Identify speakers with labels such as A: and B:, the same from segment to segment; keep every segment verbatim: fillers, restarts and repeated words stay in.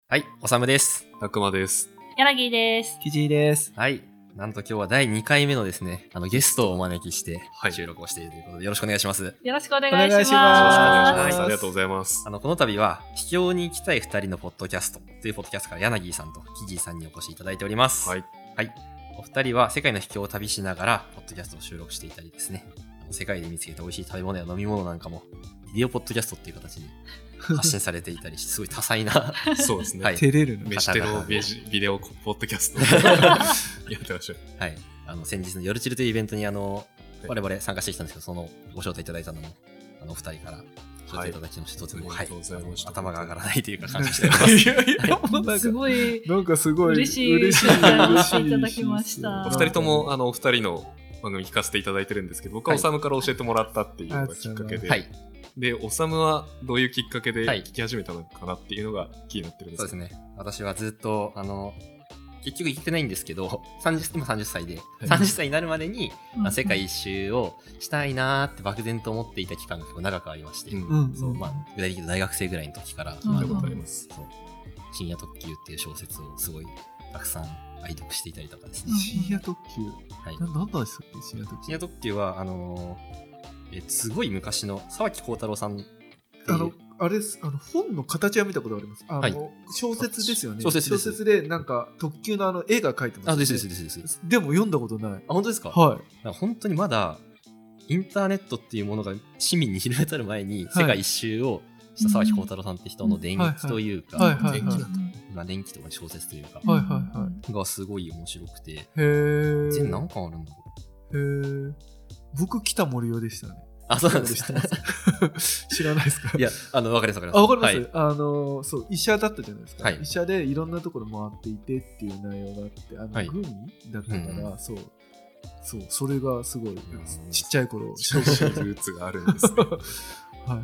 A: はい、おさむです。
B: たくまです。
C: 柳です。
D: きじいです。
A: はい、なんと今日はだいにかいめのですね、あのゲストをお招きして収録をしているということで、よろしくお願いします。
C: よろしくお願いします。
D: お願いします。
B: よろしくお願いします。ありがとうございます。
A: あのこの度は秘境に行きたいふたりのポッドキャストというポッドキャストから柳さんときじいさんにお越しいただいております。
B: はい。
A: はい。お二人は世界の秘境を旅しながらポッドキャストを収録していたりですね、世界で見つけた美味しい食べ物や飲み物なんかもビデオポッドキャストっていう形に発信されていたりして、すごい多彩な
B: そうですね、
A: はい、
D: 照れるの
B: 飯テロビデオポッドキャストやってらっしゃる。
A: はい、あの先日の夜チルというイベントにあの、はい、我々参加してきたんですけど、そのご招待いただいたのもあのお二人から招待いただきまして、はい、とても、はい、頭が上がらないというか感謝しております。いやいや、
C: はい、すごい
D: なんかすごい
C: 嬉しい嬉しい嬉しいいただきました。
B: お二人ともあのお二人の番組聞かせていただいてるんですけど、僕はおさむから教えてもらったっていうのがきっかけで、はい、でおさむはどういうきっかけで聞き始めたのかなっていうのが気になってるんですけど、
A: はい、そうですね、私はずっとあの結局行ってないんですけど、さんじゅう今さんじゅっさいで、はい、さんじゅっさいになるまでに、うん、まあ、世界一周をしたいなーって漠然と思っていた期間が結構長くありまして、うんそうまあ、具体的に大学生ぐらいの時から
B: 聞いたことあります。
A: そう深夜特急っていう小説をすごいたくさん愛読していたりとかですね。
D: 深夜特急、はい、な何なんですか深夜特急。
A: 深夜特急はあのー、えすごい昔の沢木耕太郎さんっていう
D: あのあれですあの本の形は見たことあります。あの、はい、小説ですよね。
A: 小説です。
D: 小説でなんか特急のあの絵が描いてます、ね。
A: あですですですです。
D: でも読んだことない。
A: あ本当ですか。
D: はい。
A: だ本当にまだインターネットっていうものが市民に知られたる前に世界一周をした沢木耕太郎さんって人の伝記というか、伝記だった。まあ伝記とか小説というか、
D: はいはいはい、
A: がすごい面白くて、へ
D: え。
A: 全何巻あるんだろ
D: う。へえ。僕北森生でしたね。
A: あ、そうなんですか。
D: 知らないですか。
A: いや、あの、わかります、わか
D: ります。あ、わかります。
A: はい、
D: あの、そう、医者だったじゃないですか。
A: はい、
D: 医者でいろんなところ回っていてっていう内容があって、あの、はい、軍医だったから、うん、そう、そう、それがすごい、ちっちゃい頃、
B: 小学生ルーツがあるんですね。
D: はい。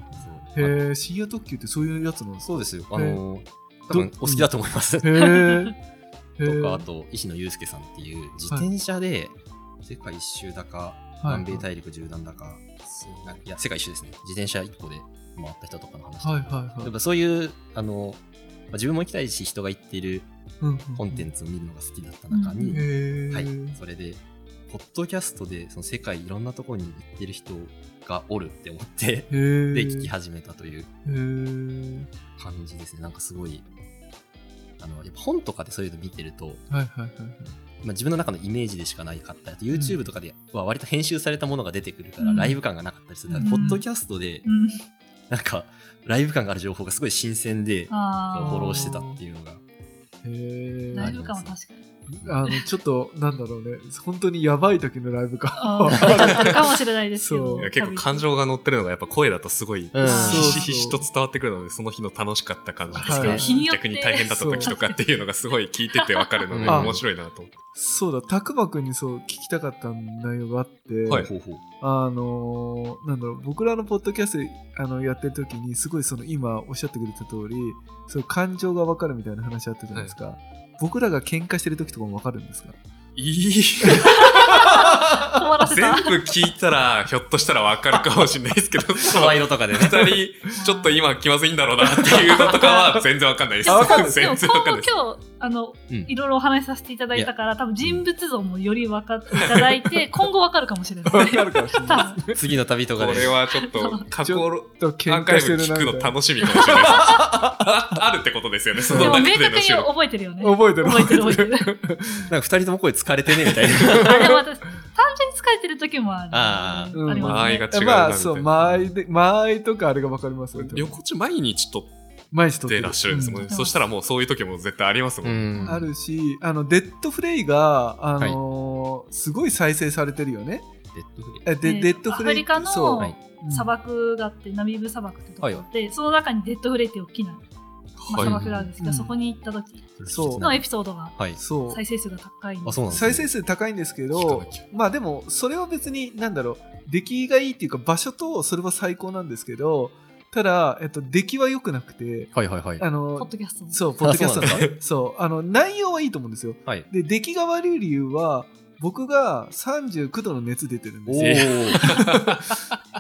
D: へえ、深夜特急ってそういうやつなんですか。
A: そうですよ。あの、多分お好きだと思います。へ
D: え。
A: とか、あと、石野祐介さんっていう自転車で世界一周だか、南米大陸縦断だか、はい、いや世界一周ですね、自転車一個で回った人とかの話、はいはいはい、やっぱそういうあの、まあ、自分も行きたいし人が行っているコンテンツを見るのが好きだった中に、うんはい、それでポッドキャストでその世界いろんなところに行ってる人がおるって思ってで聞き始めたという感じですね。なんかすごいあのやっぱ本とかでそういうの見てると、はいはいはいはい、まあ、自分の中のイメージでしかないかったり、あと YouTube とかでは割と編集されたものが出てくるから、うん、ライブ感がなかったりするから、うん、ポッドキャストで、うん、なんかライブ感がある情報がすごい新鮮で、フォローしてたっていうのが
C: へライブ感は確かに
D: あのちょっとなんだろうね、本当にやばい時のライブ感
C: あるかもしれないですけど
B: 結構感情が乗ってるのがやっぱ声だとすごいひしひしと伝わってくるので、その日の楽しかった感じですか、はい、逆に大変だった時とかっていうのがすごい聞いてて分かるので面白いなと。
D: そうだ、たくまくんにそう聞きたかった内容があって、はい、あのー、なんだろう、僕らのポッドキャストあのやってる時にすごいその今おっしゃってくれた通り、そう感情が分かるみたいな話あったじゃないですか、はい、僕らが喧嘩してる時とかも分かるんですか。
B: いい全部聞いたらひょっとしたら分かるかもしれないですけど、
A: 声色とかでね、
B: ふたりちょっと今気まずいんだろうなっていうのとかは全然分かんないです。分かんない。全然分かんないです。
C: 今日あの、うん、いろいろお話しさせていただいたから多分人物像もより分かっていただいて今後分かるかもしれない。
D: 分かるかもしれない。
A: 次の旅とかで
B: これはちょっと過去アーカイブ聞くの楽しみかもしれないです。あるってことですよね。その中での
C: 明確に覚えてるよね。
D: 覚えてる
C: 覚えてる覚えてる。
A: なんかふたりとも声疲れてねみたいな。
C: あでも私単純に疲れてる時もある。あ
B: あ、うん、間合いが違うなみたいな。
D: まあそう間合いで間合いとかあれが分かりますよね。
B: 旅行中毎日と
D: 毎日撮って
B: らっしゃるんですもんね、うん、そしたらもうそういう時も絶対ありますもん、うん、
D: あるし、あのデッドフレイが、あのーはい、すごい再生されてるよね。
A: デッドフレイ、
D: えでデッドフレイ
C: アフリカの砂漠があって、ナミブ砂漠ってところで、はい、その中にデッドフレイって大きな、まあ、砂漠があるんですけど、はい、そこに行った時のエピソードが再生数が高いんです、
D: はい、再生数高いんですけど、まあでもそれは別になんだろう、出来がいいっていうか場所とそれは最高なんですけど、ただ、えっと、出来は良くなくて、
A: はいはいはい、
D: あの
C: ポッドキャスト
D: そうポッドキャストのそうあの内容はいいと思うんですよ、はい、で出来が悪い理由は僕がさんじゅうきゅうどの熱出てるんですよ。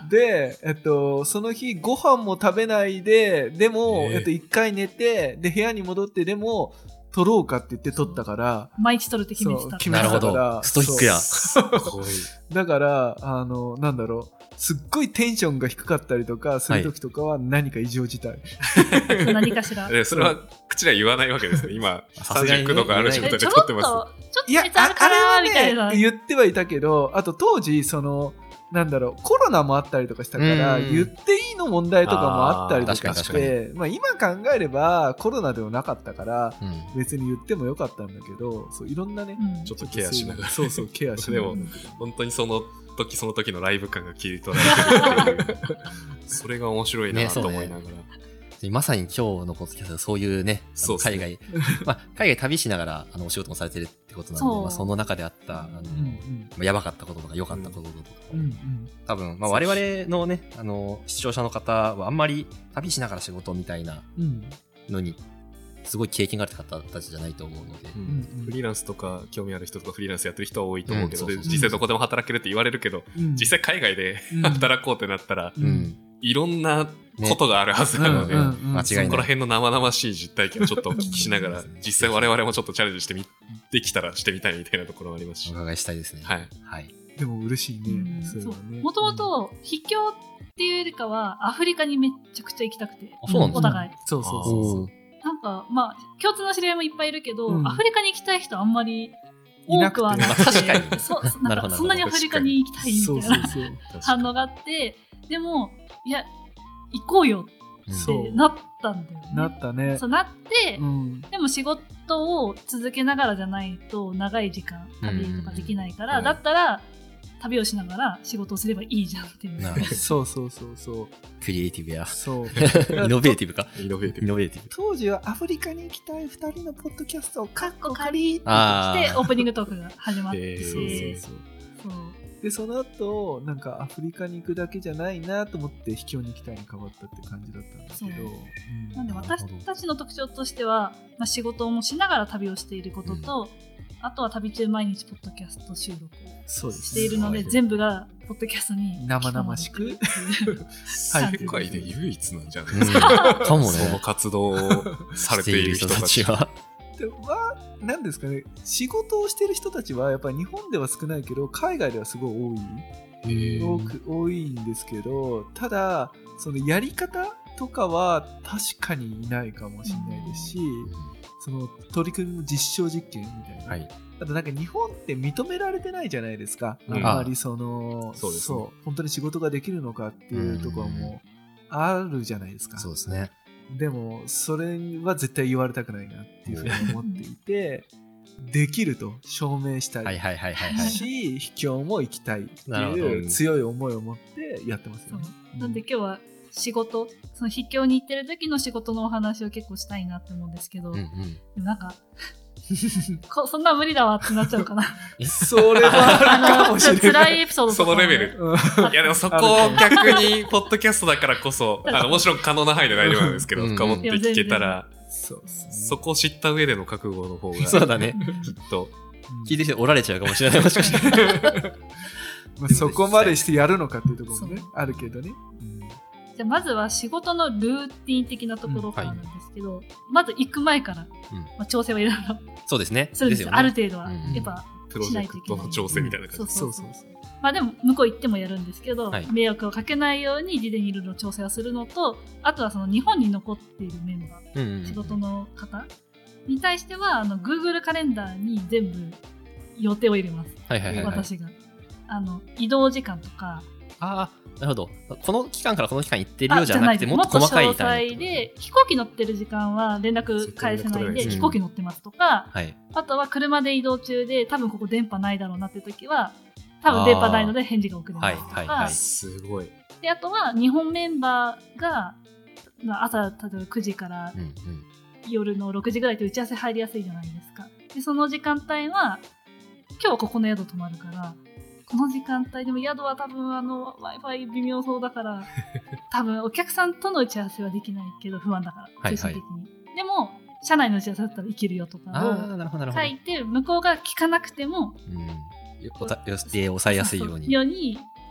D: で、えっと、その日ご飯も食べないで、でも、えー、えっと、一回寝て、で、部屋に戻って、でも、撮ろうかって言って撮ったから。
C: 毎日撮るって決めてた。
A: 決めてたから。なるほど。ストイックや。
D: だから、あの、なんだろう。すっごいテンションが低かったりとかする時とかは何か異常事態、
C: はい、何かしら
B: それは口では言わないわけですね今さんじゅっきゅうどがある状態で撮ってます。
C: いや あ, あれ
D: はね言ってはいたけど、あと当時そのなんだろうコロナもあったりとかしたから言っていいの問題とかもあったりとかして、まあ、今考えればコロナではなかったから別に言ってもよかったんだけど、そういろんなね、
B: うん、ちょっとケアしながら
D: そうそうケアしながら
B: でも本当にその時その時のライブ感が切り取られてるっていうそれが面白いなと思いながら、ね
A: ね、まさに今日のポッドキャストはそういうね、そう海外、まあ、海外旅しながらあのお仕事もされてるってことなんで、そ,、まあ、その中であったあの、うんうんまあ、やばかったこととか良かったこととか、うんうん、多分、まあ、我々のねあの視聴者の方はあんまり旅しながら仕事みたいなのに、うんすごい経験がある方たちじゃないと思うので、
B: うんうん、フリーランスとか興味ある人とかフリーランスやってる人は多いと思うけど、うん、そうそうそう実際どこでも働けるって言われるけど、うん、実際海外で働こうってなったら、うん、いろんなことがあるはずなので、ねうんうんうん、そこら辺の生々しい実体験をちょっとお聞きしながら実際我々もちょっとチャレンジしてみできたらしてみたいみたいなところもありますし、
A: お伺いしたいですね。
B: はい、
D: はい、でも嬉しいね。
C: もともと秘境っていうよりかはアフリカにめちゃくちゃ行きたくて、
A: そうなんですね、
C: お互い
D: そうそうそうそう
C: なんかまあ共通の知り合いもいっぱいいるけど、うん、アフリカに行きたい人あんまり多くはなくて、確かにそなんかそんなにアフリカに行きたいみたいな反応があって、でもいや行こうよってなったんだよね。
D: なったね。
C: そうなって、うん、でも仕事を続けながらじゃないと長い時間旅とかできないから、うん、だったら旅をしながら仕事をすればいいじゃんっていう。
D: そうそうそうそう。
A: クリエイティブや。
D: そう。
A: イノベーティブか。
B: イノベーティブ。
A: イノベーティブ。
D: 当時はアフリカに行きたいふたりのポッドキャストをカッコ仮って
C: してオープニングトークが始まって。
D: そうそうそう。でその後なんかアフリカに行くだけじゃないなと思って秘境に行きたいに変わったって感じだったんですけど、
C: うん、なんで私たちの特徴としては、まあ、仕事もしながら旅をしていることと、うん、あとは旅中毎日ポッドキャスト収録をしているので、全部がポッドキャストに
D: 生々しく
B: 世界で唯一なんじゃないですか、うん、かもね、その活動をされている人たちは
D: では何ですかね、仕事をしている人たちはやっぱり日本では少ないけど海外ではすごい多い多く多いんですけど、ただそのやり方とかは確かにいないかもしれないですし、うん、その取り組みも実証実験みたいな、はい、あとなんか日本って認められてないじゃないですか、うん、あんまりそのそうですね、そう本当に仕事ができるのかっていうところもあるじゃないですか。
A: そうですね。
D: でもそれは絶対言われたくないなっていうふうに思っていてできると証明したいし、秘境も行きたいっていう強い思いを持ってやってますよね。
C: そうなんで今日は仕事、その秘境に行ってる時の仕事のお話を結構したいなって思うんですけど、うんうん、でもなんかこそんな無理だわってなっちゃうかな
D: それはあるかもしれない。
C: 辛いエピソードとか、
B: ね、そのレベル、うん、いやでもそこを逆にポッドキャストだからこそあのもちろん可能な範囲で大丈夫なんですけど、深掘って聞けたら、そうですね、そこを知った上での覚悟の方が
A: そうだね
B: きっと
A: 聞いてきておられちゃうかもしれないもしかして
D: まあそこまでしてやるのかっていうところもねあるけどね、うん、
C: じゃあまずは仕事のルーティン的なところからなんですけど、うんはい、まず行く前から、うんまあ、調整はいろいろ
A: そうですね。
C: そうですよね。ある程度はやっぱしないといけない。
B: プロジェクトの調整みたいな感じ。
C: そうそうそう。まあでも向こう行ってもやるんですけど、はい、迷惑をかけないように事前にいろいろ調整をするのと、あとはその日本に残っているメンバー、うんうん、仕事の方に対してはあの Google カレンダーに全部予定を入れます。はいはいはいはい、私があの移動時間とか。
A: ああ。なるほど。この期間からこの期間行ってるようじゃなくてもっと細かい
C: もっと詳細で飛行機乗ってる時間は連絡返せないで飛行機乗ってますとか、うんはい、あとは車で移動中で多分ここ電波ないだろうなって時は多分電波ないので返事が遅れますとか、はいはいはい、
B: すごい。
C: であとは日本メンバーが朝例えばくじから夜のろくじぐらいと打ち合わせ入りやすいじゃないですか。でその時間帯は今日はここの宿泊まるからこの時間帯でも宿は多分あの Wi-Fi 微妙そうだから多分お客さんとの打ち合わせはできないけど不安だから精神的に、はいはい、でも社内の打ち合わせだったらいけるよとかを書いて向こうが聞かなくても、うん、
A: 予定を抑えやすいように
C: ように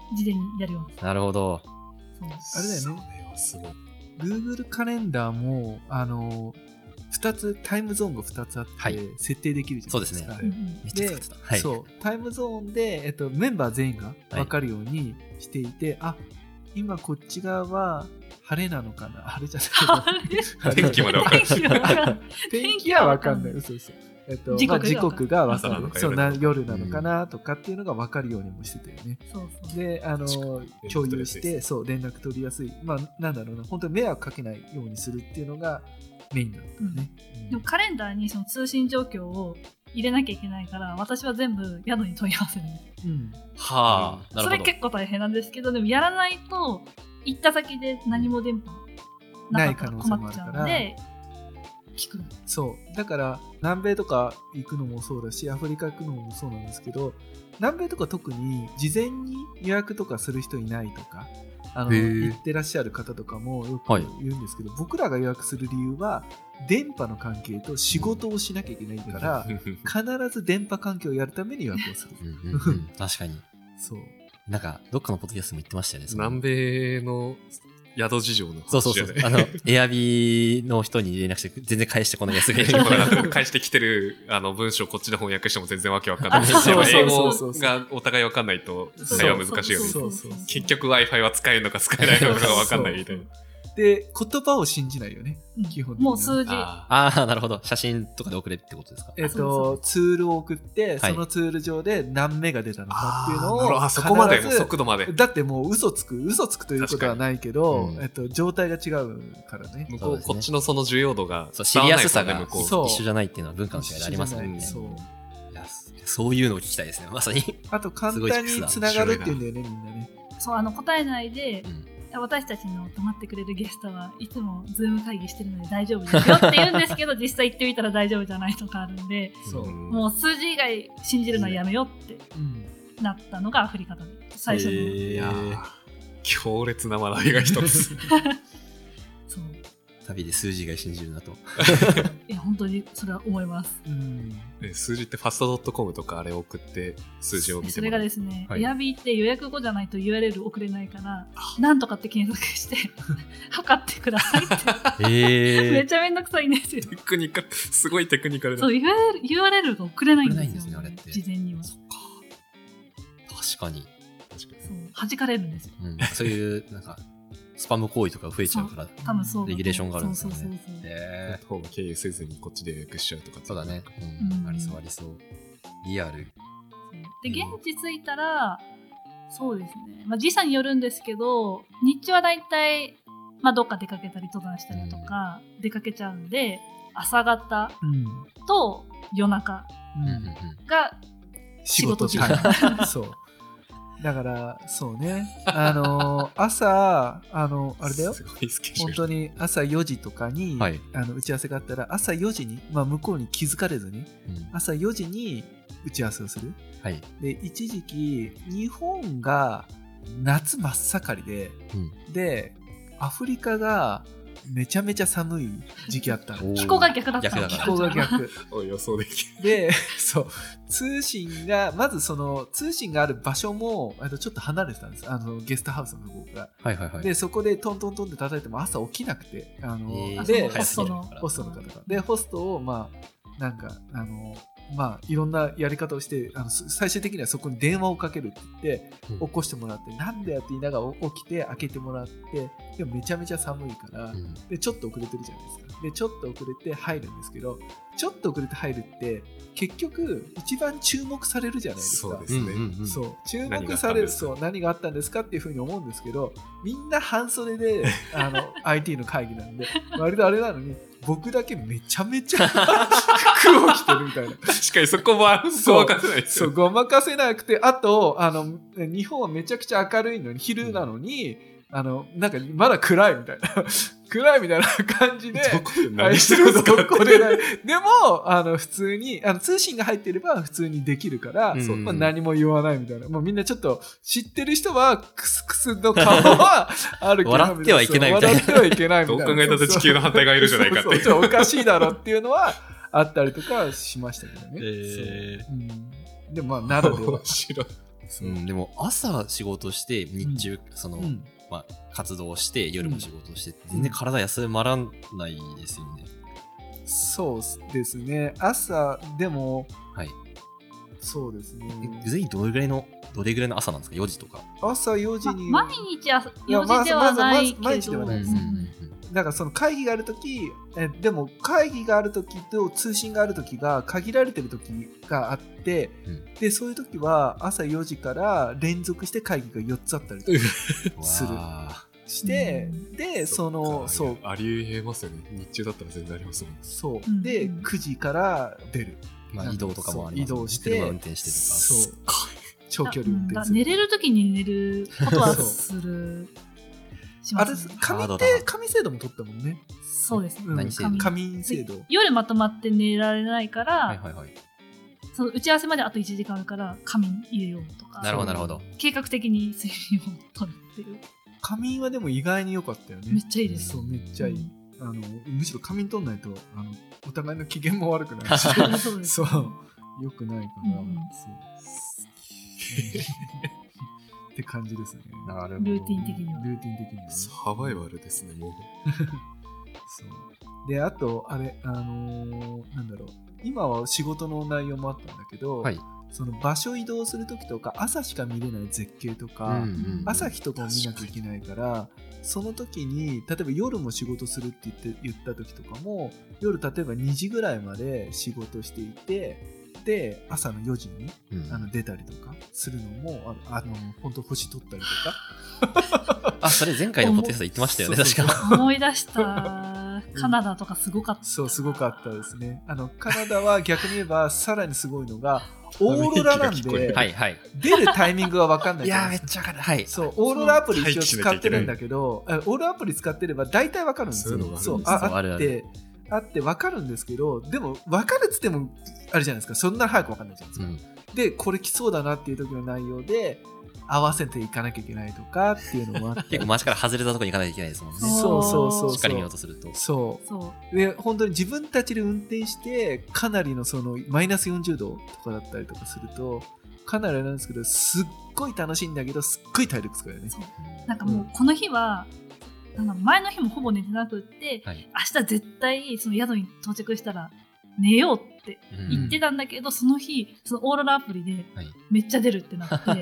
C: 事前にやります。
A: なるほど。
C: そう
D: あれだよね。
B: すごい。
D: Google カレンダーもあのふたつタイムゾーンがふたつあって、はい、設定できるじゃないですか。
A: そうですね。めっちゃ使ってた。はい、
D: そうタイムゾーンで、えっと、メンバー全員が分かるようにしていて、はい、あ今こっち側は晴れなのかな、晴れじゃない
B: 天気まで分かる。
D: 天気は分かんない。嘘嘘。えっと、時刻、まあ、時刻が分かる。そうな夜なのかなとかっていうのが分かるようにもしてたよね。
C: そうそう
D: で、あの共有してそう連絡取りやすい。まあなんだろうな、本当に迷惑かけないようにするっていうのがメインだったね。
C: うんうん、でもカレンダーにその通信状況を入れなきゃいけないから、私は全部宿に問い合わせるんです。
A: うん、はあ、なるほど。
C: それ結構大変なんですけど、でもやらないと行った先で何も電波なかったら困っちゃうので。聞く。
D: そうだから南米とか行くのもそうだし、アフリカ行くのもそうなんですけど、南米とか特に事前に予約とかする人いないとか、あの行ってらっしゃる方とかもよく言うんですけど、はい、僕らが予約する理由は電波の関係と仕事をしなきゃいけないから、うん、必ず電波環境をやるために予約をする。
A: うんうん、うん、確かに。
D: そう
A: なんかどっかのポッドキャストも言ってましたよね。
B: 南米の宿事情の話、ね、
A: そうそうそう。あの、エアビーの人に連絡して、全然返してこないやつがい
B: る。返してきてるあの文章をこっちで翻訳しても全然わけわかんない。英語がお互いわかんないと会話難しいよね。結局 Wi-Fi は使えるのか使えないのかがわかんないみたいな。
D: で、言葉を信じないよね。うん、基本的に。
C: もう数字。
A: ああ、なるほど。写真とかで送れってことですか。
D: えっと、ツールを送って、そのツール上で何メガ出たのかっていうのを、
B: はい、あそこまで、速度まで。
D: だってもう嘘つく、嘘つくということはないけど、うん、えっと、状態が違うからね。
B: 向こう、こっちのその重要度が、
A: そう、シリアスさが一緒じゃないっていうのは文化の違いでありますもんね。
D: そう。
A: いや、そういうのを聞きたいですね、まさに。
D: あと、簡単につながるっていうんだよね、みんなね。
C: そう、あの、答えないで、うん私たちの泊まってくれるゲストはいつもズーム会議してるので大丈夫ですよって言うんですけど実際行ってみたら大丈夫じゃないとかあるんで、そうもう数字以外信じるのはやめよってなったのがアフリカ旅最初の、えー、いや
B: 強烈な学びが一つそう
A: 旅で数字以外信じるなと
C: いや本当にそれは思います、
B: うんね、数字ってファストドットコムとかあれ送って数字を見てもらう。
C: それがですね、はい、エアビーって予約後じゃないと ユーアールエル 送れないからなんとかって検索して測ってくださいって、えー、めっちゃめんどくさいんですよ。
B: テクニカルすごいテクニカルな。
C: そう ユーアールエル, ユーアールエル が送れないんですよ、ね、ね、事前には。そっか
A: 確かに
C: 確かにそう弾かれるんですよ、
A: うん、そういうなんかスパム行為とか増えちゃうから
C: 多分そう
A: レギュレーションがあるんですよね。
C: そうそうそうそう、
B: えー、ホーム経由せずにこっちで予約しちゃうとか。
A: そうだね、うんうん、ありそうありそう。リアル
C: で現地着いたらそうですね、まあ、時差によるんですけど日中はだいたい、まあ、どっか出かけたり登山したりとか出かけちゃうんで、朝方と夜中が仕事時間、
D: そうだからそうね、あのー、朝あのあれだよ、本当に朝よじとかに、はい、あの打ち合わせがあったら朝よじに、まあ、向こうに気づかれずに、うん、朝よじに打ち合わせをする、はい、で一時期日本が夏真っ盛りで、うん、でアフリカがめちゃめちゃ寒い時期あったの。
C: 気候が逆だったの。
D: 気候が逆。
B: 予想できる。
D: で、そう、通信が、まずその、通信がある場所も、あのちょっと離れてたんです。あの、ゲストハウスの方が。
A: はいはいはい。
D: で、そこでトントントンって叩いても朝起きなくて、あの、
C: えー、
D: で、
C: ホストの、
D: ホストの方が。で、ホストを、まあ、なんか、あの、まあ、いろんなやり方をしてあの最終的にはそこに電話をかけるって言って、うん、起こしてもらってなんだよって言いながら起きて開けてもらってでもめちゃめちゃ寒いから、うん、でちょっと遅れてるじゃないですか。でちょっと遅れて入るんですけどちょっと遅れて入るって結局一番注目されるじゃないですか。
B: そうですね、うんうん、
D: そう注目されるそう何があったんですかっていうふうに思うんですけどみんな半袖であのアイティー の会議なんで割とあれなのに僕だけめちゃめちゃ服を着てるみたいな。
B: 確かにそこはごまかせないですよ。
D: そう、ごまかせなくて、あと、あの、日本はめちゃくちゃ明るいのに、昼なのに、あの、なんかまだ暗いみたいな。暗いみたいな感じで。
B: どこで何してるんですか
D: どこで何でも、あの、普通に、あの、通信が入っていれば普通にできるから、うん、まあ、何も言わないみたいな。もうみんなちょっと知ってる人は、クスクスの顔はあるけど。
A: 笑ってはいけないみたいな。
D: 笑ってはいけないみたいな。
B: どう考えたって地球の反対がいるじゃないかって。
D: そうそうそう、おかしいだろっていうのはあったりとかしましたけどね。
A: えー
D: うん、でもまあ、ならでは。
A: うん、でも朝仕事して日中、うん、その、うんまあ、活動して夜も仕事して、うん、全然体休まらないですよね、
D: うん、そうですね。朝でも、
A: はい、
D: そうですね。
A: 全員どれぐらいのどれぐらいの朝なんですか？よじとか
D: 朝よじに、
C: ま、毎日朝よじではないけど、
D: 毎日ではないです、うんうん、だからその会議があるとき、えでも会議があるときと通信があるときが限られてるときがあって、うん、でそういうときは朝よじから連続して会議がよっつあったりとかするして、でそのそう
B: ありえますよね。日中だったら全然ありますもん。
D: そうでくじから出る、
A: まあ、移動とかもあります、
D: ね、移動して
A: 運転してとか
D: そう長距離運転する。
C: 寝れるときに寝ることはするします、ね、
D: あれ仮眠って仮眠制度も取ったもんね。
C: そうですね、
D: うん、何制度？仮眠制度。
C: 夜まとまって寝られないから、
A: はいはいはい、
C: その打ち合わせまであといちじかんあるから仮眠入れようとか。
A: なるほどなるほど。
C: 計画的に睡眠を取るっていう。
D: 仮眠はでも意外に良かったよね。
C: めっちゃいいです。
D: そうめっちゃいい、うん、あのむしろ仮眠取んないとあのお互いの機嫌も悪くなるしそうです、ね、そう良くないから、うん、そうって感じですね。
A: なるほど。
C: ルーティン的には。
D: ルーティン的には、ね、
B: サバイバルですねもう。
D: そうであとあれあのー、なんだろう今は仕事の内容もあったんだけど、はい、その場所移動するときとか朝しか見れない絶景とか、うんうん、朝日とかも見なきゃいけないからその時に例えば夜も仕事するって言って言った時とかも夜例えばにじぐらいまで仕事していてで朝のよじに、うん、あの出たりとかするのもあの本当星取ったりとか
A: あそれ前回のポッドキャスト言ってましたよね。確か
C: 思い出したカナダとかすごかった、うん、
D: そうすごかったですね。あのカナダは逆に言えばさらにすごいのがオーロラなんで
A: はい、はい、
D: 出るタイミングは分かんない。
A: いやめっちゃ分かる、はい、
D: そうオーロラアプリ一応使ってるんだけどオーロラアプリ使ってれば大体分かるんですよ。そうああってあって分かるんですけどでも分かるっつってもあれじゃないですかそんな早く分かんないじゃないですか、うん、でこれ来そうだなっていう時の内容で合わせていかなきゃいけないとかっていうのもあって
A: 結構街から外れたところに行かないといけないですもんね。
D: そうそうそう
A: しっかり見ようとすると
D: そうそうで本当に自分たちで運転してかなりのそのマイナスよんじゅうどとかだったりとかするとかなりなんですけどすっごい楽しいんだけどすっごい体力使うよね。
C: なんかもうこの日は、うん、なんか前の日もほぼ寝てなくって、はい、明日絶対その宿に到着したら寝ようって言ってたんだけど、うん、その日そのオーロラアプリでめっちゃ出るってなって、はい、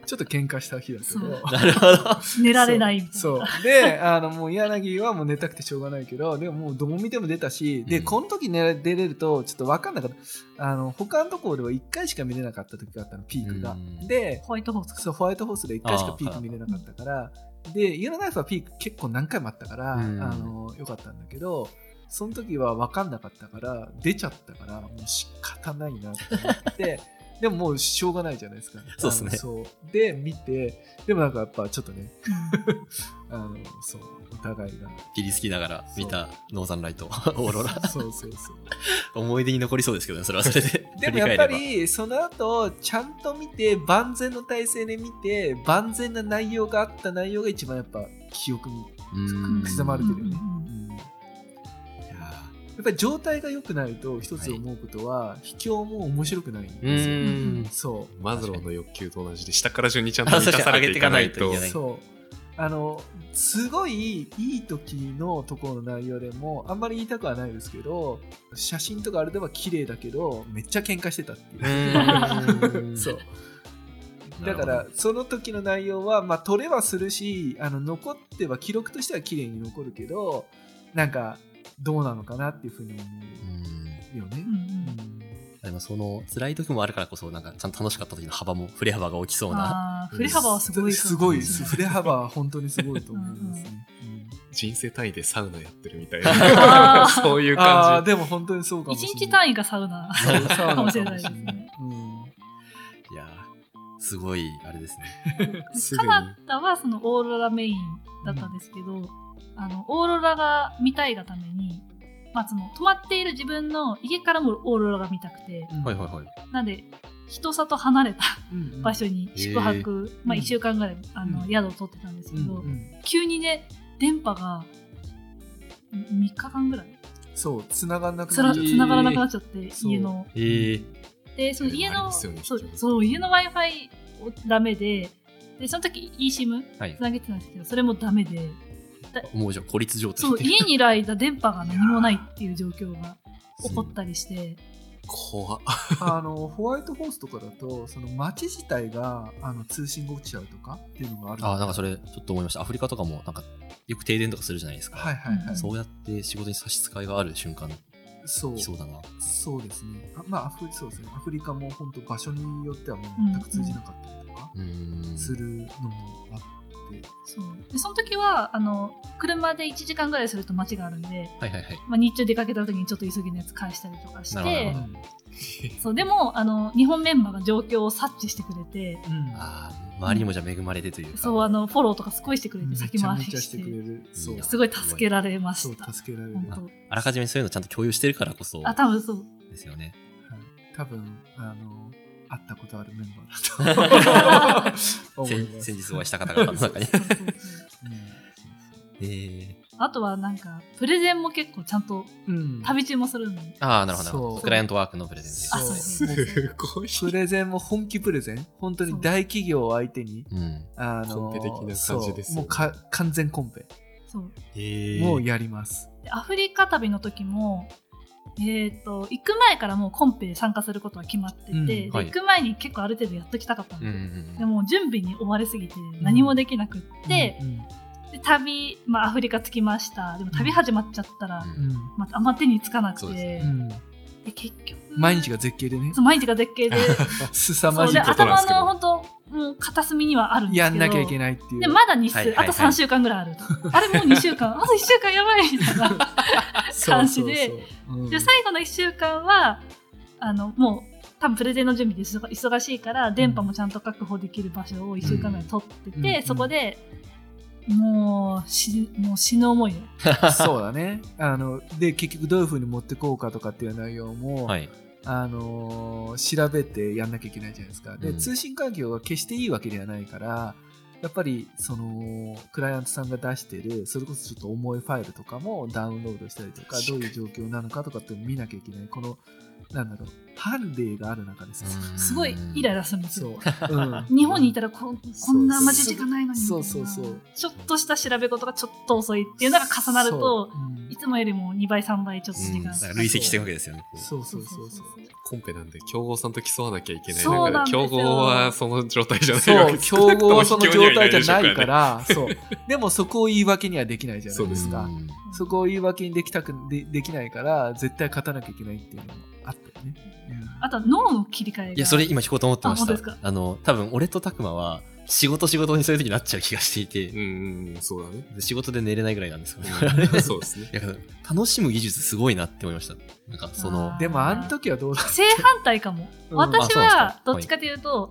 D: ちょっと喧嘩した日だけど
A: なるほど
C: 寝られないみたいな。
D: そうそうであのもう柳はもう寝たくてしょうがないけどでももうどう見ても出たし、うん、でこの時、ね、出れるとちょっと分かんなかったあの他のところではいっかいしか見れなかった時があったのピークが、うん、で
C: ホワイトホース
D: そうホワイトホースでいっかいしかピーク見れなかったからでイエローナイフはピーク結構何回もあったから、うん、あのよかったんだけどその時は分かんなかったから出ちゃったからもう仕方ないなと思ってでももうしょうがないじゃないですか。
A: そうですね。
D: そうで見てでもなんかやっぱちょっとねあのそうお互いが
A: ピリつきながら見たノーザンライトオーロラ
D: そうそうそう
A: 思い出に残りそうですけどねそれはそれで
D: でもやっぱりその後ちゃんと見て万全の体制で見て万全な内容があった内容が一番やっぱ記憶に刻まれてるよね。やっぱり状態が良くないと一つ思うことは、はい、秘境も面白くないんですよ。うんそう
B: マズローの欲求と同じで下から順にちゃんと満たされていかないと
D: そうあのすごいいい時のところの内容でもあんまり言いたくはないですけど写真とかあれでは綺麗だけどめっちゃ喧嘩してたっていうそうだからその時の内容はまあ撮れはするしあの残っては記録としては綺麗に残るけどなんかどうなのかなっていうふうに思うよね。うんうん、
A: でもその辛い時もあるからこそなんかちゃんと楽しかった時の幅も振れ幅が大きそうな。
C: 振れ幅はすごい
D: すごい振れ幅は本当にすごいと思いますね。うんうん、
B: 人生単位でサウナやってるみたいなそういう感じ。
D: でも本当にそうかもしれない。
C: 一日単位がサウナかもしれないですね。うん、
A: いやすごいあれですね。
C: カナダはそのオーロラメインだったんですけど。うんあのオーロラが見たいがために、まあ、その泊まっている自分の家からもオーロラが見たくて、
A: うんはいはいはい、
C: なんで人里離れた場所に宿泊、うんうんまあ、いっしゅうかんぐらいあの、うん、宿を取ってたんですけど、うんうん、急にね電波がみっかかんぐらい
D: そう繋がらなく
C: なっちゃって繋がらなくなっちゃって、えー、家の、
A: えー、
C: でその家の、ね、そうそう家の Wi-Fi ダメで、でその時 eSIM つなげてたんですけど、はい、それもダメで、
A: もうじゃ孤立状態。
C: そう、家にいる間電波が何もないっていう状況が起こったりして。
B: 怖っ。
D: あのホワイトホースとかだとその街自体があの通信が落ちちゃうとかっていうのがある。
A: あ、なんかそれちょっと思いました。アフリカとかもなんかよく停電とかするじゃないですか。
D: はいはいはい。
A: そうやって仕事に差し支えがある瞬間
D: そう
A: そうだな。
D: そうですね。あ、まあアフリそうですね。アフリカも本当場所によってはもう全く通じなかったりとかするのもあって。
C: そうでその時はあの車でいちじかんぐらいすると街があるんで、
A: はいはいはい、
C: まあ、日中出かけた時にちょっと急ぎのやつ返したりとかしてそうでもあの日本メンバーが状況を察知してくれて、
A: うん、あ周りにもじゃ恵まれてというか、
C: そうあのフォローとかすごいしてくれて先回りして
D: してくれる
C: そうすごい助けられました。
D: そう助けられる。
A: あらかじめそういうのちゃんと共有してるからこそ
C: あ多分そう
A: ですよね、
D: はい、多分あの会ったことあるメンバーだと
A: 先, 先日お会いした方々の中にえー、
C: あとはなんかプレゼンも結構ちゃんと旅中もするの、うん、
A: ああなるほどなるほど。クライアントワークのプレゼンです。
C: あそう
B: すごい
D: プレゼンも本気プレゼン本当に大企業を相手に、
B: うん、あのコンペ的な感じですよね。
D: もうか完全コンペ
C: そう
D: もうやります。
C: でアフリカ旅の時もえー、と行く前からもうコンペ参加することは決まってて、うんはい、行く前に結構ある程度やっときたかったんですよ、うんうん、でも準備に追われすぎて何もできなくって、うんうん、で旅、まあ、アフリカ着きました。でも旅始まっちゃったら、うん、またあんま手につかなくて、で、うん、で結局
D: 毎日が絶景でね
C: そう毎日が絶景で
D: 凄まじいことなんですけど、
C: 頭の本当もう片隅にはあるんですけど
D: やんなきゃいけないっていう。
C: でまだ日数、はいはいはい、あとさんしゅうかんぐらいあるとあれもうにしゅうかんあといっしゅうかんやばいみたいな感じでそうそうそう、うん、で最後のいっしゅうかんはあのもう多分プレゼンの準備で忙しいから電波もちゃんと確保できる場所をいっしゅうかんぐらい取ってて、うん、そこでもうしもう死ぬ思いよ
D: そうだね。あので結局どういう風に持ってこうかとかっていう内容も、はい、あのー、調べてやんなきゃいけないじゃないですか。で、うん、通信環境が決していいわけではないからやっぱりそのクライアントさんが出してるそれこそちょっと重いファイルとかもダウンロードしたりとかどういう状況なのかとかって見なきゃいけない。このなんだろうハンデがある中ですよ。
C: すごいイライラするんですよ。そう、うん、日本にいたら こ, こんな待ち時間ないのに
D: そうそうそう
C: ちょっとした調べ事がちょっと遅いっていうのが重なると、うん、いつもよりもにばいさんばいちょっと時間、
A: うん、累積してるわけですよね。
D: そうそうそうそう
B: コンペなんで競合さんと競わなきゃいけないだから競合はその状態じゃないわけです。
D: そう競合はその状態じゃないからそうでもそこを言い訳にはできないじゃないですか。 そ, そこを言い訳にできたく で, できないから絶対勝たなきゃいけないっていうのもあったよね。
C: あとは脳の切り替えが
A: いやそれ今聞こうと思ってました。 あ, あの多分俺とタクマは仕事仕事にそういう時になっちゃう気がしていて、
B: うんうんそうだね。
A: 仕事で寝れないぐらいなんですよ
B: ね。そうですね。
A: いや楽しむ技術すごいなって思いました。なんかその
D: でもあの時はどうだ
C: 正反対かも、うん、私はどっちかというと、はい、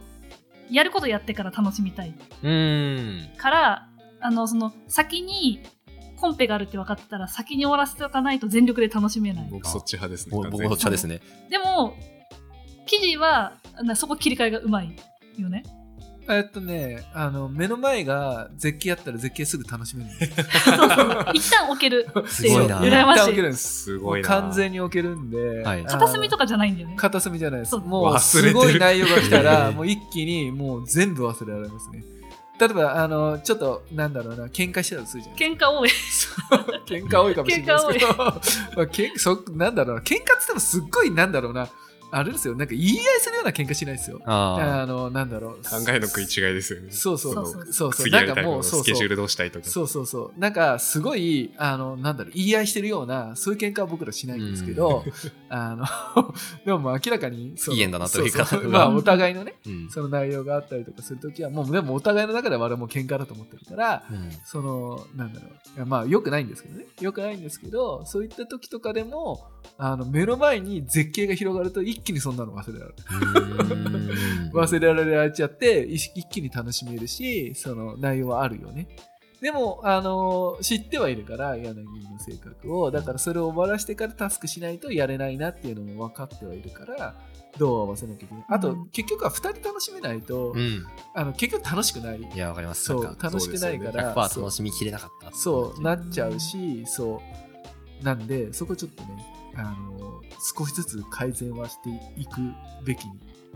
C: やることやってから楽しみたい
A: うん
C: からあのその先にコンペがあるって分かってたら先に終わらせておかないと全力で楽しめない。
B: 僕そっち派ですね。
A: 僕そっち派ですね。
C: でも記事はそこ切り替えがうまいよね。
D: えっとねあの目の前が絶景あったら絶景すぐ楽しめるんです
C: そうそう一旦置けるっていう羨ましい。一旦置けるんです。
B: すごいな。
D: 完全に置けるんで、はい、
C: 片隅とかじゃないんだよね。
D: 片隅じゃないです。もうすごい内容が来たらもう一気にもう全部忘れられますね。例えばあのちょっとなんだろうな喧嘩してたとするじゃん。
C: 喧嘩多い
D: 喧嘩多いかもしれないですけどまあ、けそなんだろうな喧嘩って言ってもすっごいなんだろうなあれですよなんか言い合いするような喧嘩しないですよ。ああのなんだろう
B: 考えの食い違いですよね。
D: そうそうそうそうそう
B: 次やりたいのスケジュールどうしたいとか
D: そうそうそうなんかすごいあのなんだろう言い合いしてるようなそういう喧嘩は僕らしないんですけどあのでも明らかに
A: いい縁だなというか
D: まあお互いのね、うん、その内容があったりとかするときはもうでもお互いの中では我々も喧嘩だと思ってるから、うん、そのなんだろういやまあよくないんですけどねよくないんですけどそういった時とかでもあの目の前に絶景が広がると一気にそんなの忘れられる忘れられちゃって一気に楽しめるしその内容はあるよね。でもあの知ってはいるから柳の性格をだからそれを終わらせてからタスクしないとやれないなっていうのも分かってはいるからどう合わせなきゃいけない。あと、うん、結局はふたり楽しめないと、うん、あの結局楽しくない。
A: いやわかります。
D: そう楽しくないから、ね、
A: ひゃくパーセント 楽しみきれなかった
D: そうなっちゃうしそうなんでそこちょっとねあの少しずつ改善はしていくべき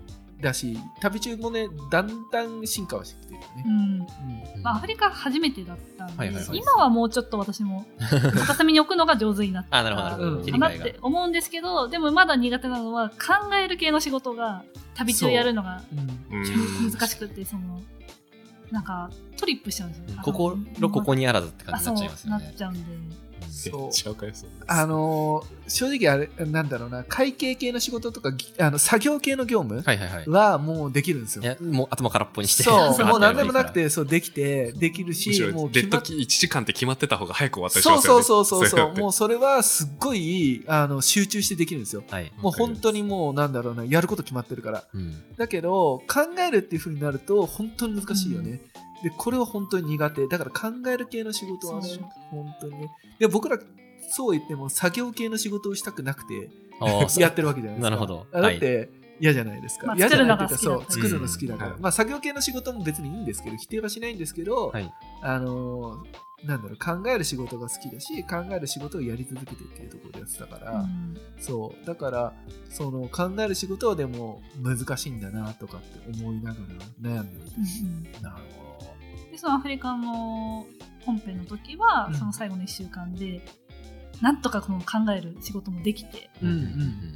D: だし、旅中もねだんだん進化はしてきてるよね、
C: うんうんまあ、アフリカ初めてだったんで、はいはいはい、今はもうちょっと私も片隅に置くのが上手になったかなって思うんですけど、でもまだ苦手なのは考える系の仕事が旅中やるのが難しくて、そのなんかトリップしちゃうんですよね。
A: 心ここにあらずって感じになっちゃいますよね。
C: なっちゃうんで、
D: そうあのー、正直あれなんだろうな、会計系の仕事とかあの作業系の業務はもうできるんですよ。
A: はいはいはい、いやもう頭空っぽにして
D: そうもう何でもなくてそうできてできるし、
B: もうデッドいちじかんって決まってた方が早く終わったりしますよね。
D: そうそうそうそうそうもうそれはすっごいあの集中してできるんですよ、はい、もう本当にもうなんだろうな、やること決まってるから、うん、だけど考えるっていう風になると本当に難しいよね、うんでこれは本当に苦手だから、考える系の仕事はね本当にね、で僕らそう言っても作業系の仕事をしたくなくてやってるわけじゃないですか。
A: なるほど。
D: だって嫌じゃないですか、
C: まあ、
D: 嫌じゃない
C: っていうか
D: そう作るの好きだから、うんまあ、作業系の仕事も別にいいんですけど否定はしないんですけど、はい、あのなんだろう、考える仕事が好きだし考える仕事をやり続けてっていうところでやってたから、うん、そうだからその考える仕事はでも難しいんだなとかって思いながら悩んでるんです、うん、
C: なるほど。でそのアフリカの本編の時は、うん、その最後のいっしゅうかんでなんとかこの考える仕事もできて、うんうんうん、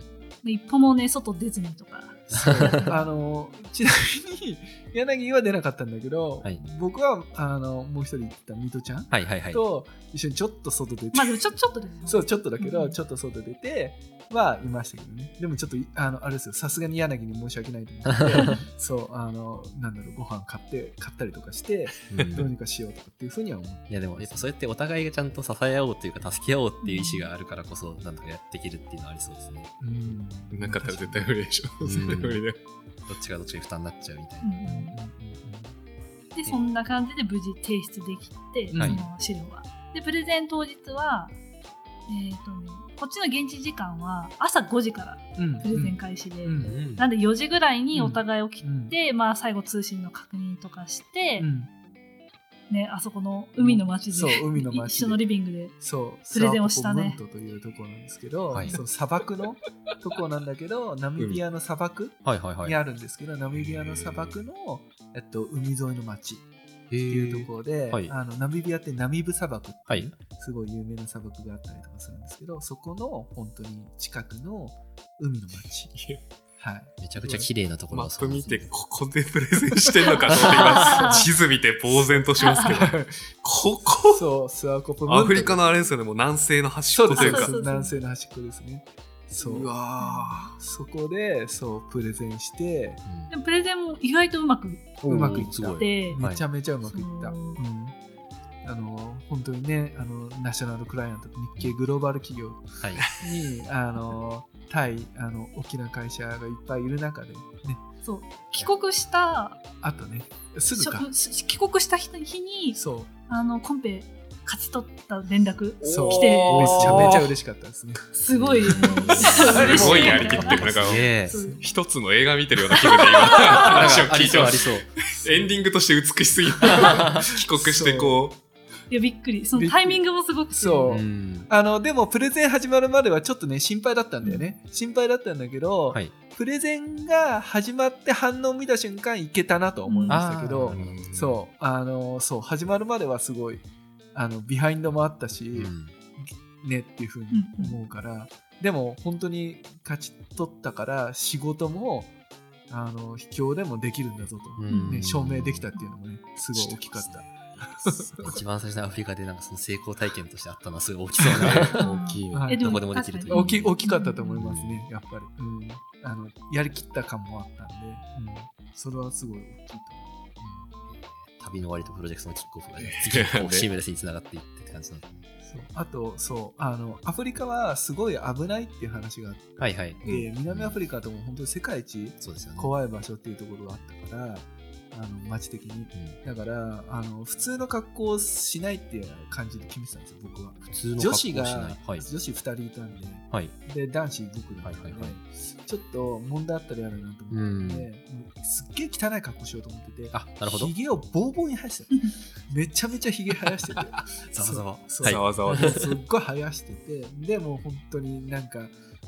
C: で一歩もね外出ずにとか
D: あのちなみに柳は出なかったんだけど、はい、僕はあのもう一人言ったミトちゃん、はいはいはい、と一緒にちょっと外出て、
C: まあでもちょちょっとですね。
D: そうちょっとだけど、うん、ちょっと外出てはいましたけどね。でもちょっとあのあれですよ、さすがに柳に申し訳ないと思ってそうあのなんだろうご飯買って買ったりとかして、うん、どうにかしようとかっていうふうには思う。
A: いやでもやっぱそうやってお互いがちゃんと支え合おうというか助け合おうっていう意思があるからこそなんとかやっていけるっていうのはありそうですね。
B: うんなかったら絶対無理でしょ。絶対無理で。
A: どっちがどっちに負担になっちゃうみたいな。うんうんうん、
C: でそんな感じで無事提出できて、うん、その資料は。でプレゼン当日はえーとね、こっちの現地時間は朝ごじからプレゼン開始で、うんうん、なんでよじぐらいにお互い起きて、うんまあ、最後通信の確認とかして、うんね、あそこの海の町で、
D: そう海の町で
C: 一緒のリビングでプレゼンをしたね。
D: そうムントというところなんですけど、はい、そう砂漠のところなんだけどナミビアの砂漠にあるんですけど、ナミビアの砂漠の、えっと、海沿いの町っていうところで、はい、あのナミビアってナミブ砂漠っていう、すごい有名な砂漠があったりとかするんですけど、そこの本当に近くの海の町はい、
A: めちゃくちゃ綺麗なところ
B: だそうです、ね、マップ見てここでプレゼンしてんのかと思って今地図見て呆然としますけどここ
D: そうスワコプ
B: アフリカのあれですよね、もう南西の端っこというか、
D: そうです南西の端っこですね。そううわそこでそうプレゼンして、
C: うん、でもプレゼンも意外とうまく
D: うまくいっためちゃめちゃうまくいった、はいうん、あの本当にねあのナショナルクライアント日系グローバル企業に、はい、あの対あの大きな会社がいっぱいいる中でね、
C: そう帰国した
D: あとねすぐか
C: 帰国した日に
D: そう
C: あのコンペ勝ち取った連絡
D: そう
C: 来て
D: めちゃめちゃ嬉しかったですね。
C: すごい、ね、
B: すごいやりきってるなんか一つの映画見てるような気分で今話を聞いてます。エンディングとして美しすぎる帰国してこう
C: いやびっくりそのタイミングもすごく
D: そう、うん、あのでもプレゼン始まるまではちょっとね心配だったんだよね、うん、心配だったんだけど、はい、プレゼンが始まって反応を見た瞬間いけたなと思いましたけど、うん、そうあのそう始まるまではすごいあのビハインドもあったし、うん、ねっていう風に思うから、うんうん、でも本当に勝ち取ったから仕事もあの秘境でもできるんだぞと、うんね、証明できたっていうのもねすごい大きかった。
A: 一番最初にアフリカでなんかその成功体験としてあったのはすごい大きそうな大きい、はい、どこでもできるという
D: 大き大きかったと思いますねやっぱり、うん、あのやりきった感もあったんで、うん、それはすごい大きいと思う、
A: うん、旅の終わりとプロジェクトのキックオフが、ね、次こうシームレスにつながっていってって感じなんですね。
D: そうあとそうあのアフリカはすごい危ないっていう話があって、
A: はいはい
D: で南アフリカとも本当に世界一怖い場所っていうところがあったから、あの街的に、うん、だからあの普通の格好をしないっていう感じで決めてたんですよ僕は。
A: 普通の格好をしない
D: 女子が、はい、女子ふたりいたんで、はい、で男子僕だったんで、はいはいはい、ちょっと問題あったらやるなと思って、うん、すっげえ汚い格好しようと思ってて、
A: あなるほど、
D: ひげをボーボーに生やしてめちゃめちゃひげ生やしてて
A: ざわざわ
B: ざわざわです
D: っごい生やしてて、でも本当になんか